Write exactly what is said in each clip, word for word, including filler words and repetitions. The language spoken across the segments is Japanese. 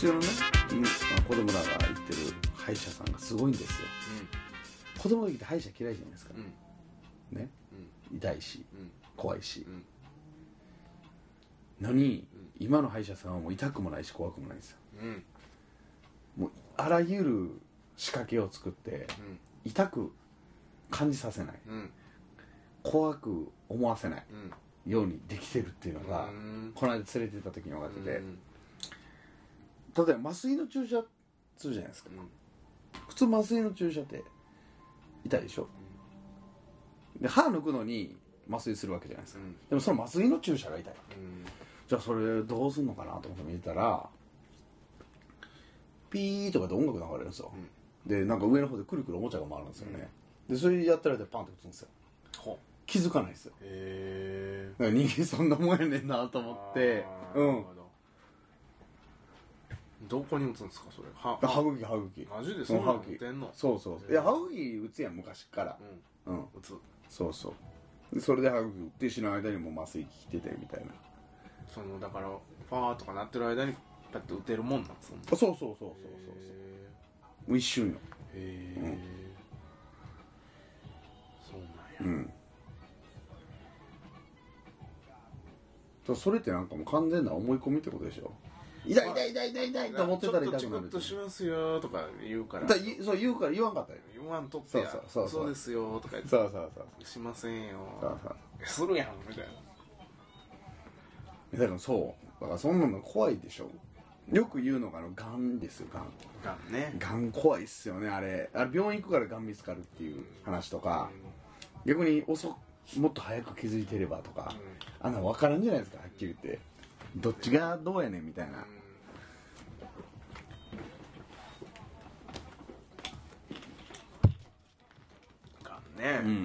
ちのね、子供らが行ってる歯医者さんがすごいんですよ、うん、子供が来て歯医者嫌いじゃないですか、うん、ね、うん、痛いし、うん、怖いし、うん、のに、うん、今の歯医者さんはもう痛くもないし怖くもないんですよ、うん、もうあらゆる仕掛けを作って、うん、痛く感じさせない、うん、怖く思わせない、うん、ようにできてるっていうのが、うん、この間連れて行った時に分かってて、うん、例えば麻酔の注射するじゃないですか、うん、普通麻酔の注射って痛いでしょ、うん、で歯抜くのに麻酔するわけじゃないですか、うん、でもその麻酔の注射が痛い、うん、じゃあそれどうすんのかなと思って見てたらピーとかで音楽流れるんですよ、うん、でなんか上の方でくるくるおもちゃが回るんですよね、うん、でそれやったらでパンって打つんですよ、気づかないですよ。へー、人間そんなもんやねんなと思って、うん。 どこに打つんですかそれ？ は歯茎歯茎。 マジでそんなの打てんの？ そうそうそう。いや歯茎打つやん昔から。うん。うん。打つ。そうそう。それで歯茎打って死ぬ間にも麻酔効いててみたいな。 そのだからファーとかなってる間にパッと打てるもんなんですか？そうそうそうそうそうそう。もう一瞬よ。 へえ。うん、そうなんや。うん。 それってなんかもう完全な思い込みってことでしょ。痛い痛い痛い痛い痛いと思ってたら痛くなる。 ちょっとチクッとしますよとか言うから。 だそう言うから言わんかったよ。 言わんとってや。そうそうそうそうですよとか言って。 そうそうそうしませんよ。そうそうするやんみたいな。 だからそうだからそんなの怖いでしょ。よく言うのがあのガンですよガン。 ガンね。 ガン怖いっすよねあれ。あれ病院行くからガン見つかるっていう話とか。逆に遅もっと早く気づいてればとか。あんな分からんじゃないですかはっきり言ってどっちがどうやねんみたいな、 かね、うん、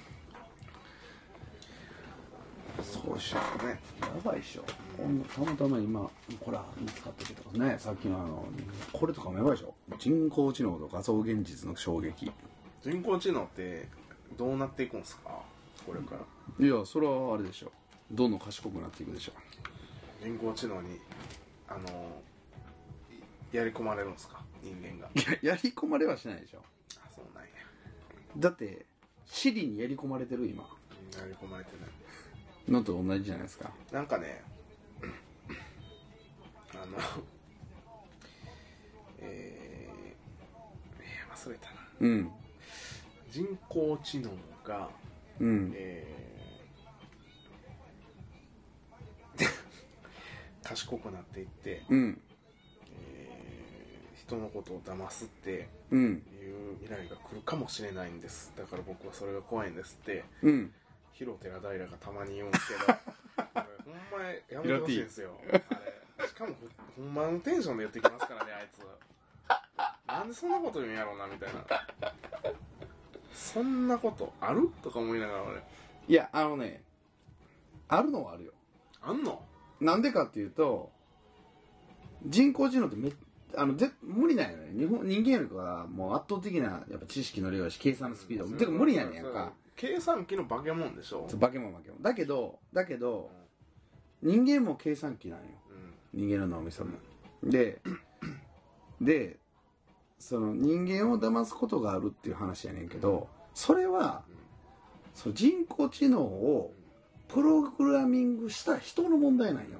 そうしようねやばいっしょ、うん、たまたま今これ見つかったけどねさっきのあのこれとかもやばいでしょ人工知能と画像現実の衝撃人工知能ってどうなっていくんですかこれから。 いやそれはあれでしょどんどん賢くなっていくでしょ人工知能にあのやり込まれるんですか人間が。 いややり込まれはしないでしょ。 あそうなんや。 だってシリにやり込まれてる今。 やり込まれてないのと同じじゃないですか。 なんかねあのえー、忘れたな、うん、人工知能が、うんえー賢くなっていって、うんえー、人のことを騙すっていう未来が来るかもしれないんです。だから僕はそれが怖いんですって、うん、広寺平がたまに言うんですけどほんまやめてほしいんですよあれ。しかもほんまのテンションで言ってきますからねあいつ。なんでそんなこと言うんやろうなみたいな。そんなことあるとか思いながら俺。 いやあのねあるのはあるよ。 あんの？ なんでかっていうと人工知能ってめあのぜ無理なんよね。日本人間よりはもう圧倒的なやっぱ知識の量やし計算のスピード、うん、てか無理やねんやんか。 計算機の化け物でしょ。 化け物化け物だけどだけど、うん、人間も計算機なんよ、うん、人間の脳みそも、うん、ででその人間を騙すことがあるっていう話やねんけど、うん、それは、うん、その人工知能をプログラミングした人の問題なんよ。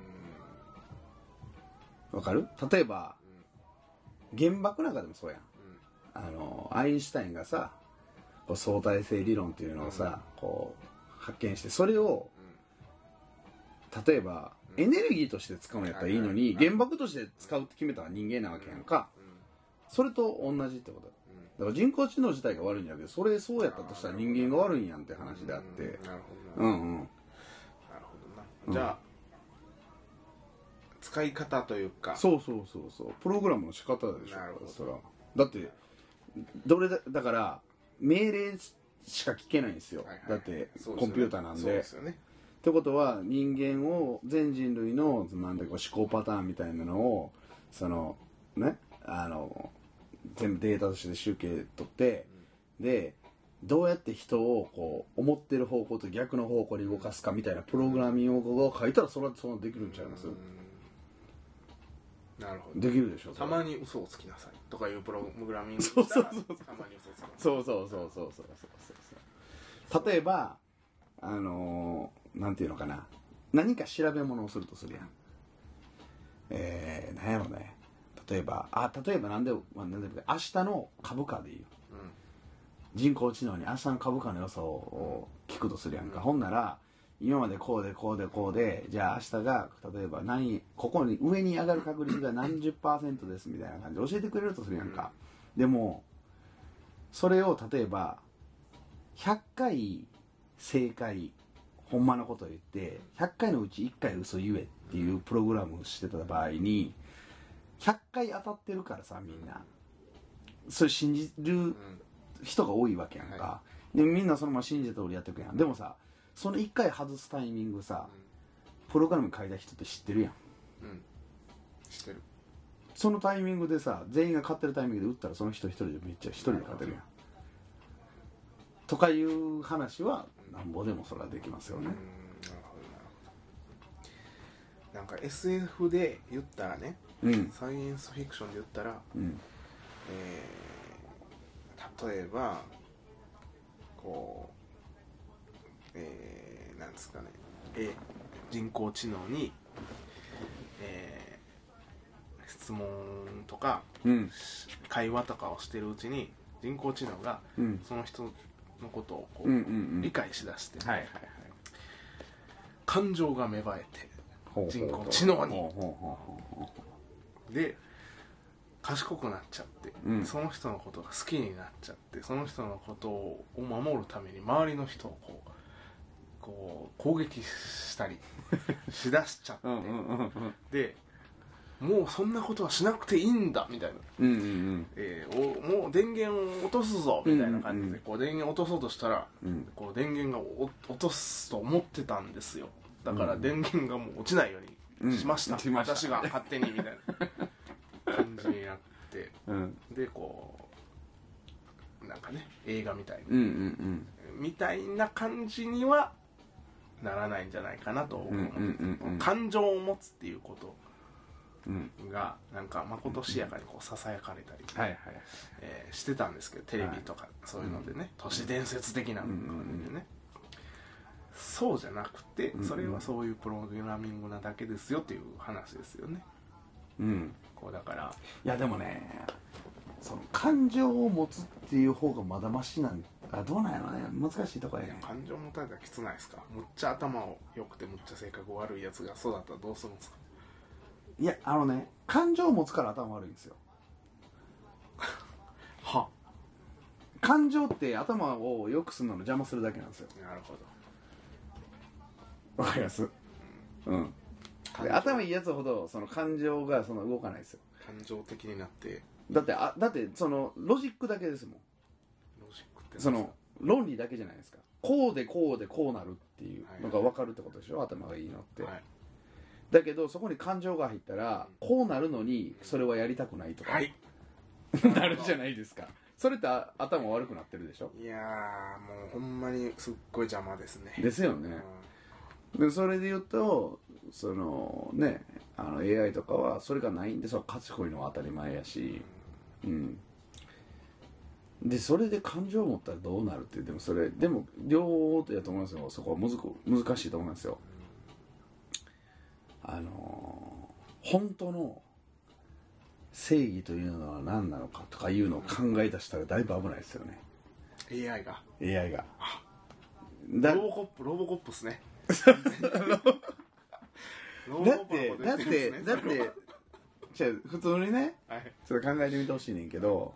わかる？例えば、うん、原爆なんかでもそうやん、うん、あのアインシュタインがさこう相対性理論っていうのをさ、うん、こう発見してそれを、うん、例えば、うん、エネルギーとして使うんやったらいいのに、うん、原爆として使うって決めたのは人間なわけやんか、うん、それと同じってことだから人工知能自体が悪いんじゃなくてそれそうやったとしたら人間が悪いんやんって話であって、 なるほどな、うんうん、なるほどな。じゃあ、うん、使い方というかそうそうそうそうプログラムの仕方でしょ。なるほど。それはだってどれだだから命令しか聞けないんですよ、はいはい、だってコンピューターなんで。そうですよね。ってことは人間を全人類のなんだか思考パターンみたいなのをそのねあの全部データとして集計取って、うん、でどうやって人をこう思ってる方向と逆の方向に動かすかみたいなプログラミングを書いたらそれはそのできるんちゃいます？ なるほど。 できるでしょ。 たまに嘘をつきなさいとかいうプログラミングしたらたまに嘘つきなさい。 そうそうそうそうそうそうそう。例えばあのー、なんていうのかな、何か調べ物をするとするやん。えー、なんやろね。例えばあ例えばなんで、まあ、なんで明日の株価でいう、うん、人工知能に明日の株価の予想を聞くとするやんか、うん、ほんなら今までこうでこうでこうで、じゃあ明日が例えば何ここに上に上がる確率が何十パーセントですみたいな感じで教えてくれるとするやんか、うん、でもそれを例えばひゃっかい正解ほんまのことを言ってひゃっかいのうちいっかい嘘言えっていうプログラムをしてた場合にひゃっかい当たってるからさ、みんなそれ信じる人が多いわけやんか、はい、でみんなそのまま信じた通りやってくやん。でもさ、そのいっかい外すタイミングさ、うん、プログラム書いた人って知ってるやん、 うん、知ってる。 そのタイミングでさ、全員が勝ってるタイミングで打ったらその人一人でめっちゃ一人で勝てるやんとかいう話はなんぼでもそれはできますよね。うん、なるほどなるほど。なんか エスエフ で言ったらね、うん、サイエンスフィクションで言ったら、うん、えー、例えばこう、えー、なんですかね、え人工知能に、えー、質問とか、うん、会話とかをしてるうちに人工知能がその人のことをこう、うんうんうん、理解しだして、はいはいはい、感情が芽生えて人工知能にで賢くなっちゃって、うん、その人のことが好きになっちゃって、その人のことを守るために周りの人をこうこう攻撃したりしだしちゃってうんうんうん、うん、でもうそんなことはしなくていいんだみたいな、うんうんうんえー、おもう電源を落とすぞみたいな感じで、こう電源を落とそうとしたら、うん、こう電源が落とすと思ってたんですよ。だから電源がもう落ちないようにしました、うん、私が勝手にみたいな感じになって、うん、でこうなんかね映画みたいな、うんうんうん、みたいな感じにはならないんじゃないかなと僕は思ってて、うんうんうんうん、感情を持つっていうことがなんかまことしやかにこうささやかれたり、はいはいえー、してたんですけど、テレビとかそういうのでね、はい、都市伝説的な感じでね、そうじゃなくて、それはそういうプログラミングなだけですよっていう話ですよね。うん、こうだからいやでもね、その感情を持つっていう方がまだマシなんあどうなんやろね、難しいとこやね。 感情持たれたらきつないですか。むっちゃ頭良くてむっちゃ性格悪いやつが育ったらどうするんですか。 いやあのね、感情を持つから頭悪いんですよは感情って頭を良くするのの邪魔するだけなんですよ。 なるほど、わかります、うん、うん、で頭いいやつほどその感情がその動かないですよ。 感情的になってだってあだってそのロジックだけですもん。 ロジックってその論理だけじゃないですか。こうでこうでこうなるっていうのが分かるってことでしょ、はいはい、頭がいいのって、はい、だけどそこに感情が入ったら、うん、こうなるのにそれはやりたくないとか、はい、なるじゃないですか。それって頭悪くなってるでしょ。 いやーもうほんまにすっごい邪魔ですね。 ですよね、うん、でそれで言うとそのねあの エーアイ とかはそれがないんで、その賢いのは当たり前やし、うん、でそれで感情を持ったらどうなるって。でもそれでも両方やと思いますよ。そこはむずく難しいと思いますよ。あのー、本当の正義というのは何なのかとかいうのを考え出したらだいぶ危ないですよね、 エーアイ がエーアイ がだロボコップロボコップっすねだってだってだってじゃあ普通にね、はい、ちょっと考えてみてほしいねんけど、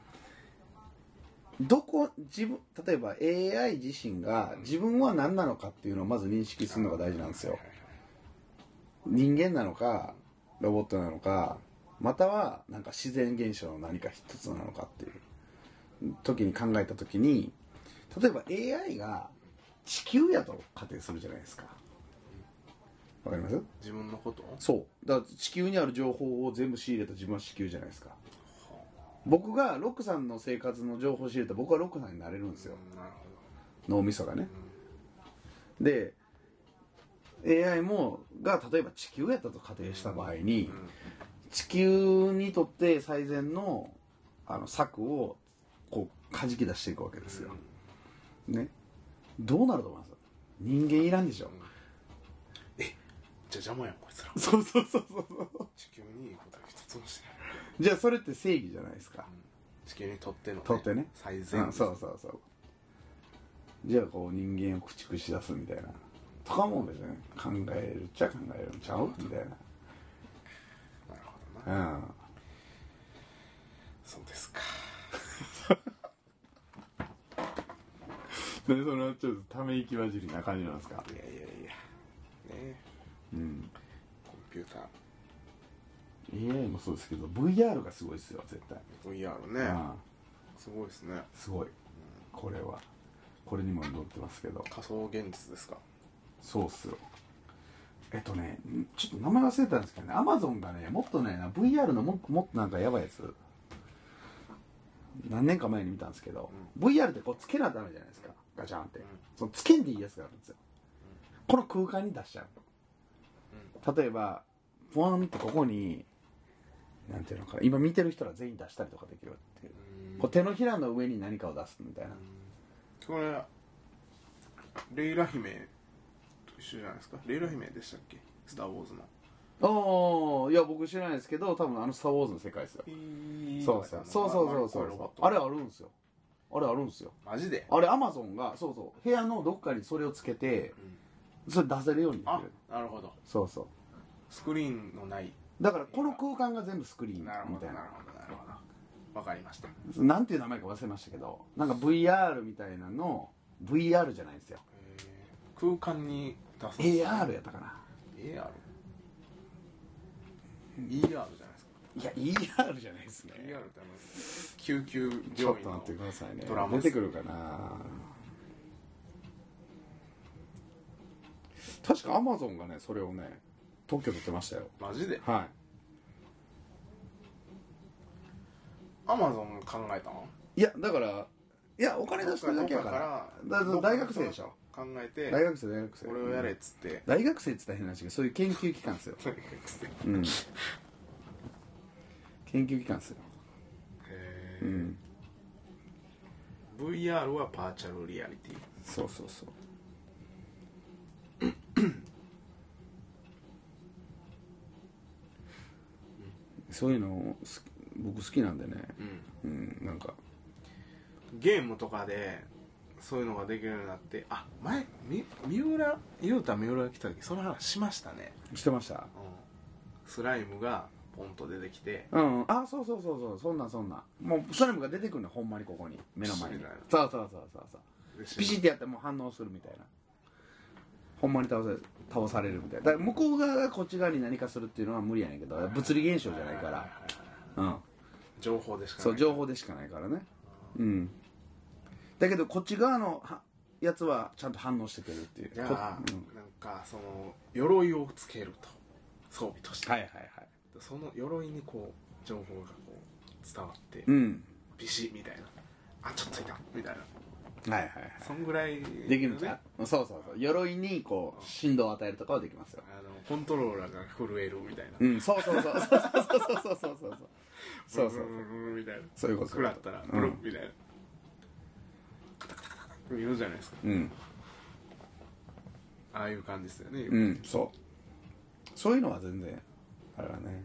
どこ自分例えば エーアイ 自身が自分は何なのかっていうのをまず認識するのが大事なんですよ。人間なのかロボットなのか、またはなんか自然現象の何か一つなのかっていう時に考えた時に、例えば エーアイ が地球やと仮定するじゃないですか。わかります？ 自分のこと？ そうだから地球にある情報を全部仕入れた自分は地球じゃないですか。僕がロックさんの生活の情報を仕入れたら僕はロックさんになれるんですよ、うん、なるほど。脳みそがね、うん、で エーアイ もが例えば地球やったと仮定した場合に、 地球にとって最善のあの策をこう弾き出していくわけですよ、うん、ね。どうなると思います？人間いらんでしょ、うん、 え、じゃあ邪魔やんこいつら。 そうそうそうそう地球にいいことは一つもしてない。 じゃあそれって正義じゃないですか、 うん、地球にとっての、ね、 とってね最善、 うん、そうそうそう。じゃあこう人間を駆逐しだすみたいなとかも別に考えるっちゃ考えるんちゃうみたいな。なるほどな。うん。そうですか。 でそのちょっとため息混じりな感じなんですか。 いやいやいやね。 うん。 コンピューター エーアイ もそうですけど ブイアール がすごいですよ絶対。 ブイアール ね、ああすごいですね。 すごい、うん、これはこれにも載ってますけど。 仮想現実ですか。 そうっすよ。えっとねちょっと名前忘れたんですけどね、アマゾンがねもっとね ブイアール のももっとなんかやばいやつ何年か前に見たんですけど、うん、ブイアール ってこうつけなダメじゃないですか、ガチャンって、うん、そのつけんでいいやつがあるんですよ、うん、この空間に出しちゃう、うん、例えばポワンってここになんていうのかな、今見てる人ら全員出したりとかできるっていう、うん、こう手のひらの上に何かを出すみたいな、 うん、これレイラ姫と一緒じゃないですか。レイラ姫でしたっけ、スター・ウォーズの。 ああ、いや僕知らないですけど多分あのスター・ウォーズの世界ですよ。そうそうそうそうそうそうそう、あれあるんですよ、あれあるんですよ。 マジで？ あれアマゾンがそうそう部屋のどっかにそれをつけて、うん、それ出せるようにできる。 あ、なるほど。 そうそう、 スクリーンのないだからこの空間が全部スクリーンみたいな。 なるほどなるほどなるほど、わかりました。 なんていう名前か忘れましたけど、なんか ブイアール みたいなの ブイアール じゃないんですよ、 空間に出す。 エーアール やったかな。 エーアール？ イーアール じゃないですか。 いや イーアール じゃないですね。 イーアール ってあの救急ちょっ病院のと待ってくださいね、 ドラマ出てくるかな。確かアマゾンがねそれをね特許取ってましたよ。 マジで？ はい。 アマゾン考えたの？ いやだからいやお金出してるだけやからだから大学生でしょ。 考えて大学生大学生これをやれっつって、うん、 大学生っつったら変な話がそういう研究機関ですよ。 大学生、 うん、研究機関ですよ。 へえ、うん、 ブイアール はバーチャルリアリティ。 そうそうそうそういうの僕好きなんでね、うん、うん、なんかゲームとかでそういうのができるようになって、あ、前み三浦雄太三浦が来た時その話しましたね。 してました、うん、 スライムがポンと出てきて、 うん、あ、そうそうそうそうそんなんそんなんもうスライムが出てくるのほんまにここに目の前に、そうそうそうそうそうピシッてやってもう反応するみたいな、ほんまに倒され倒されるみたいな。だから向こう側がこっち側に何かするっていうのは無理やねんけど、物理現象じゃないから、うん、 情報でしかない。 そう情報でしかないからね、うん、だけどこっち側のやつはちゃんと反応してくれるっていう。 じゃあ、うん、なんかその鎧をつけると装備として、 はいはいはい、 その鎧にこう情報がこう伝わって、 うん、 ビシッみたいな、あ、ちょっといたみたいな、 はいはいはい、 そんぐらい、ね、 できるんじゃん。そうそうそう、鎧にこう振動を与えるとかはできますよ。 あのコントローラーが震えるみたいな、 うん、そうそうそうそうそうそうそうそうそうそうそうそうみたいな、 そういうこと。 食らったらブルッみたいな、カタカタカタ言うじゃないですか。うん。ああいう感じですよね。 うん、そう。そういうのは全然あれはね。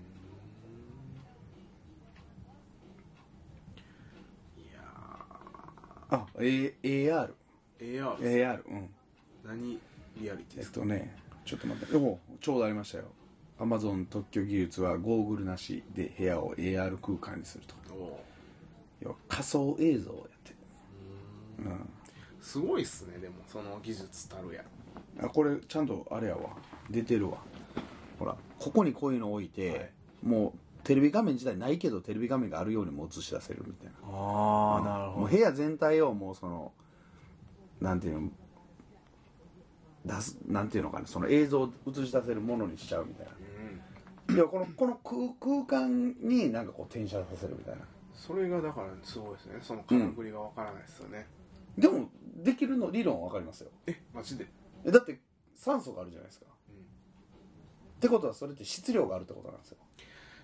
あ、A、エーアール。 エーアール。 エーアール、うん。 何リアリティですか？えっとね、ちょっと待って。お、ちょうどありましたよ。アマゾン特許技術はゴーグルなしで部屋を エーアール 空間にすると。要は仮想映像をやってる。 うん。すごいっすね、でもその技術たるや。 あ、これちゃんとあれやわ。出てるわ。ほら、ここにこういうの置いて、はい、もうテレビ画面自体ないけどテレビ画面があるようにも映し出せるみたいな。 ああ、なるほど。 もう部屋全体をもうそのなんていうの出す、なんていうのかな、その映像を映し出せるものにしちゃうみたいな。うん、でもこのこの 空, 空間になんかこう転写させるみたいな。 それがだからすごいですね。そのからくりがわからないですよね。 うん、でもできるの理論はわかりますよ。 え、マジで？ え、だって酸素があるじゃないですか。うん、ってことはそれって質量があるってことなんですよ。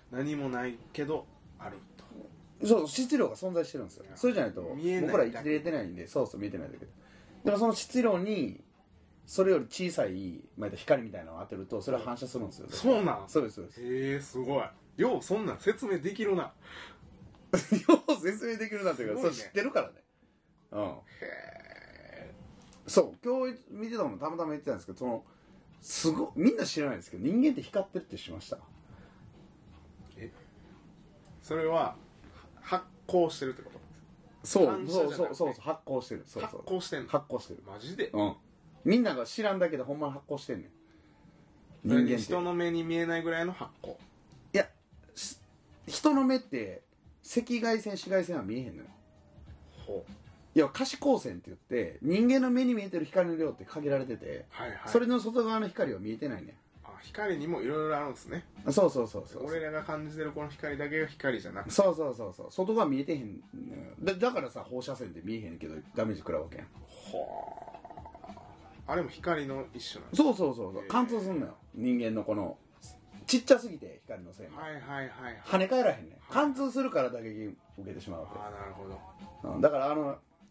何もないけどあると。そう、質量が存在してるんですよ。それじゃないと僕ら生きてれてないんで、そうそう見えてないんだけど、でもその質量にそれより小さい、まあ、光みたいなのを当てるとそれは反射するんですよ。 そうなん？ そうですそうです。 へえ、すごい。ようそんなん説明できるな。よう説明できるなっていうか、ね、そう知ってるからね。うん。へえ。そう今日見てたのたまたま言ってたんですけど、そのすごみんな知らないんですけど、人間って光ってるって知りました？ え、それは発光してるってこと？ そうそうそうそう発光してる。そうそう発光してんの？ 発光してる。 マジで？ うん。みんなが知らんだけでほんまに発光してんねん。 人間って人の目に見えないぐらいの発光。 いや人の目って赤外線紫外線は見えへんのよ。ほう。いや可視光線って言って人間の目に見えてる光の量って限られてて、はいはい、それの外側の光は見えてないねん。あ、 光にもいろいろあるんですね。 そうそうそうそう。 俺らが感じてるこの光だけが光じゃなくて、 そうそうそうそう、外側見えてへんだ。だからさ放射線って見えへんけどダメージ食らうわけやん。はあ。あれも光の一種なんですか？そうそうそうそう、貫通すんのよ人間のこのちっちゃすぎて光の線が、はいはいはい、はい、跳ね返らへんねん。貫通するから打撃受けてしまうわけ。ああ、なるほど、うん、だからあの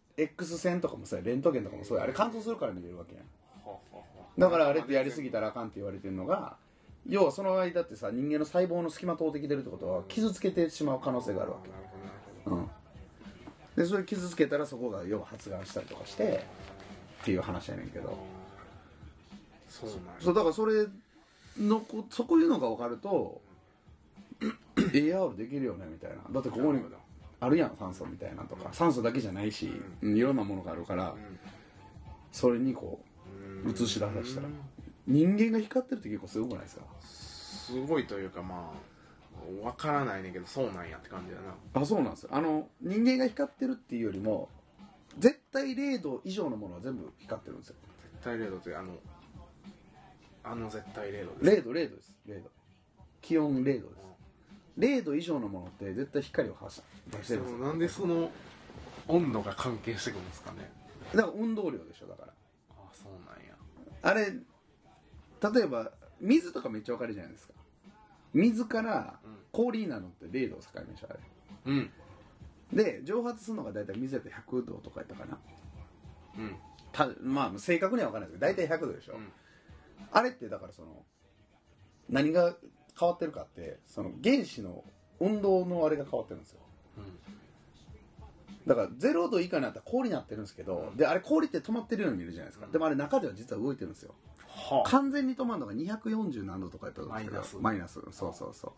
X 線とかもさ、レントゲンとかもそうや、あれ貫通するから見れるわけやん。だからあれってやりすぎたらあかんって言われてるのが、要はその間ってさ、人間の細胞の隙間通ってきてるってことは傷つけてしまう可能性があるわけ。うん。でそれ傷つけたらそこが要は発がんしたりとかしてっていう話やねんけど、そうなんや。そうだからそれのこそこいうのが分かるとエーアール できるよねみたいな。だってここにあるやん酸素みたいなとか、酸素だけじゃないし、うん、いろんなものがあるから、うん、それにこう映し出したら、人間が光ってるって結構すごくないですか？ すごいというか、まあ分からないねんけどそうなんやって感じだな。 あ、そうなんですよ。あの人間が光ってるっていうよりも絶対れいど以上のものは全部光ってるんですよ。 絶対れいどってあのあの絶対れいどです。 れいどれいどです。れいど気温れいどです。れいど以上のものって絶対光を発してるんですよ。 なんでその温度が関係してくるんですかね。 だから運動量でしょ。だからああ、そうなんや。 あれ例えば水とかめっちゃ分かるじゃないですか。水から氷になるのってれいどを境目でしょあれ。うん。で蒸発するのが大体水やったらひゃくどとかやったかな。うん。たまあ正確には分からないですけど大体ひゃくどでしょ。うん、あれってだからその何が変わってるかってその原子の運動のあれが変わってるんですよ。うん、だからゼロど以下になったら氷になってるんですけど、うん、であれ氷って止まってるように見えるじゃないですか。うん、でもあれ中では実は動いてるんですよ。はあ、完全に止まるのがにひゃくよんじゅうなんどとかやったんですけど、マイナスマイナスそうそうそう。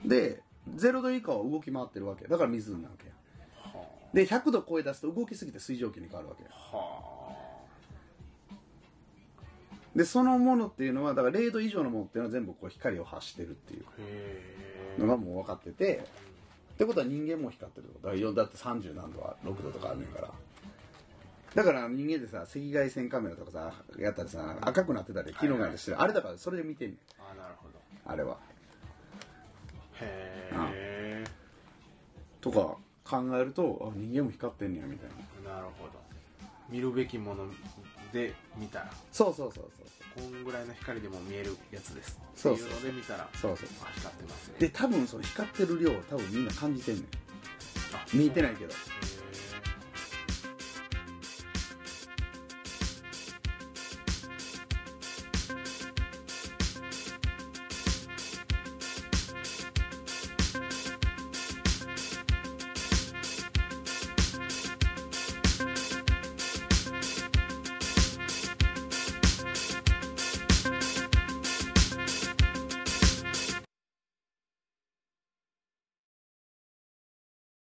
でゼロど以下は動き回ってるわけだから水なわけや。はあ、でひゃくど超え出すと動きすぎて水蒸気に変わるわけや。はあ、でそのものっていうのはだかられいど以上のものっていうのは全部こう光を発してるっていうのがもう分かってて、ってことは人間も光ってると。だからだってさんじゅうなんどはろくどとかあるねんから。だから人間でさ赤外線カメラとかさやったりさ赤くなってたり機能があったりしてる、あれだからそれで見てんねん。あ、なるほど。あれはへえ、とか考えるとあ人間も光ってんねやみたいな。なるほど。見るべきもので見たらそうそうそうそうこんぐらいの光でも見えるやつですっていうので見たらそうそうあ光ってますね。 で多分その光ってる量を多分みんな感じてんねん。見えてないけど、うん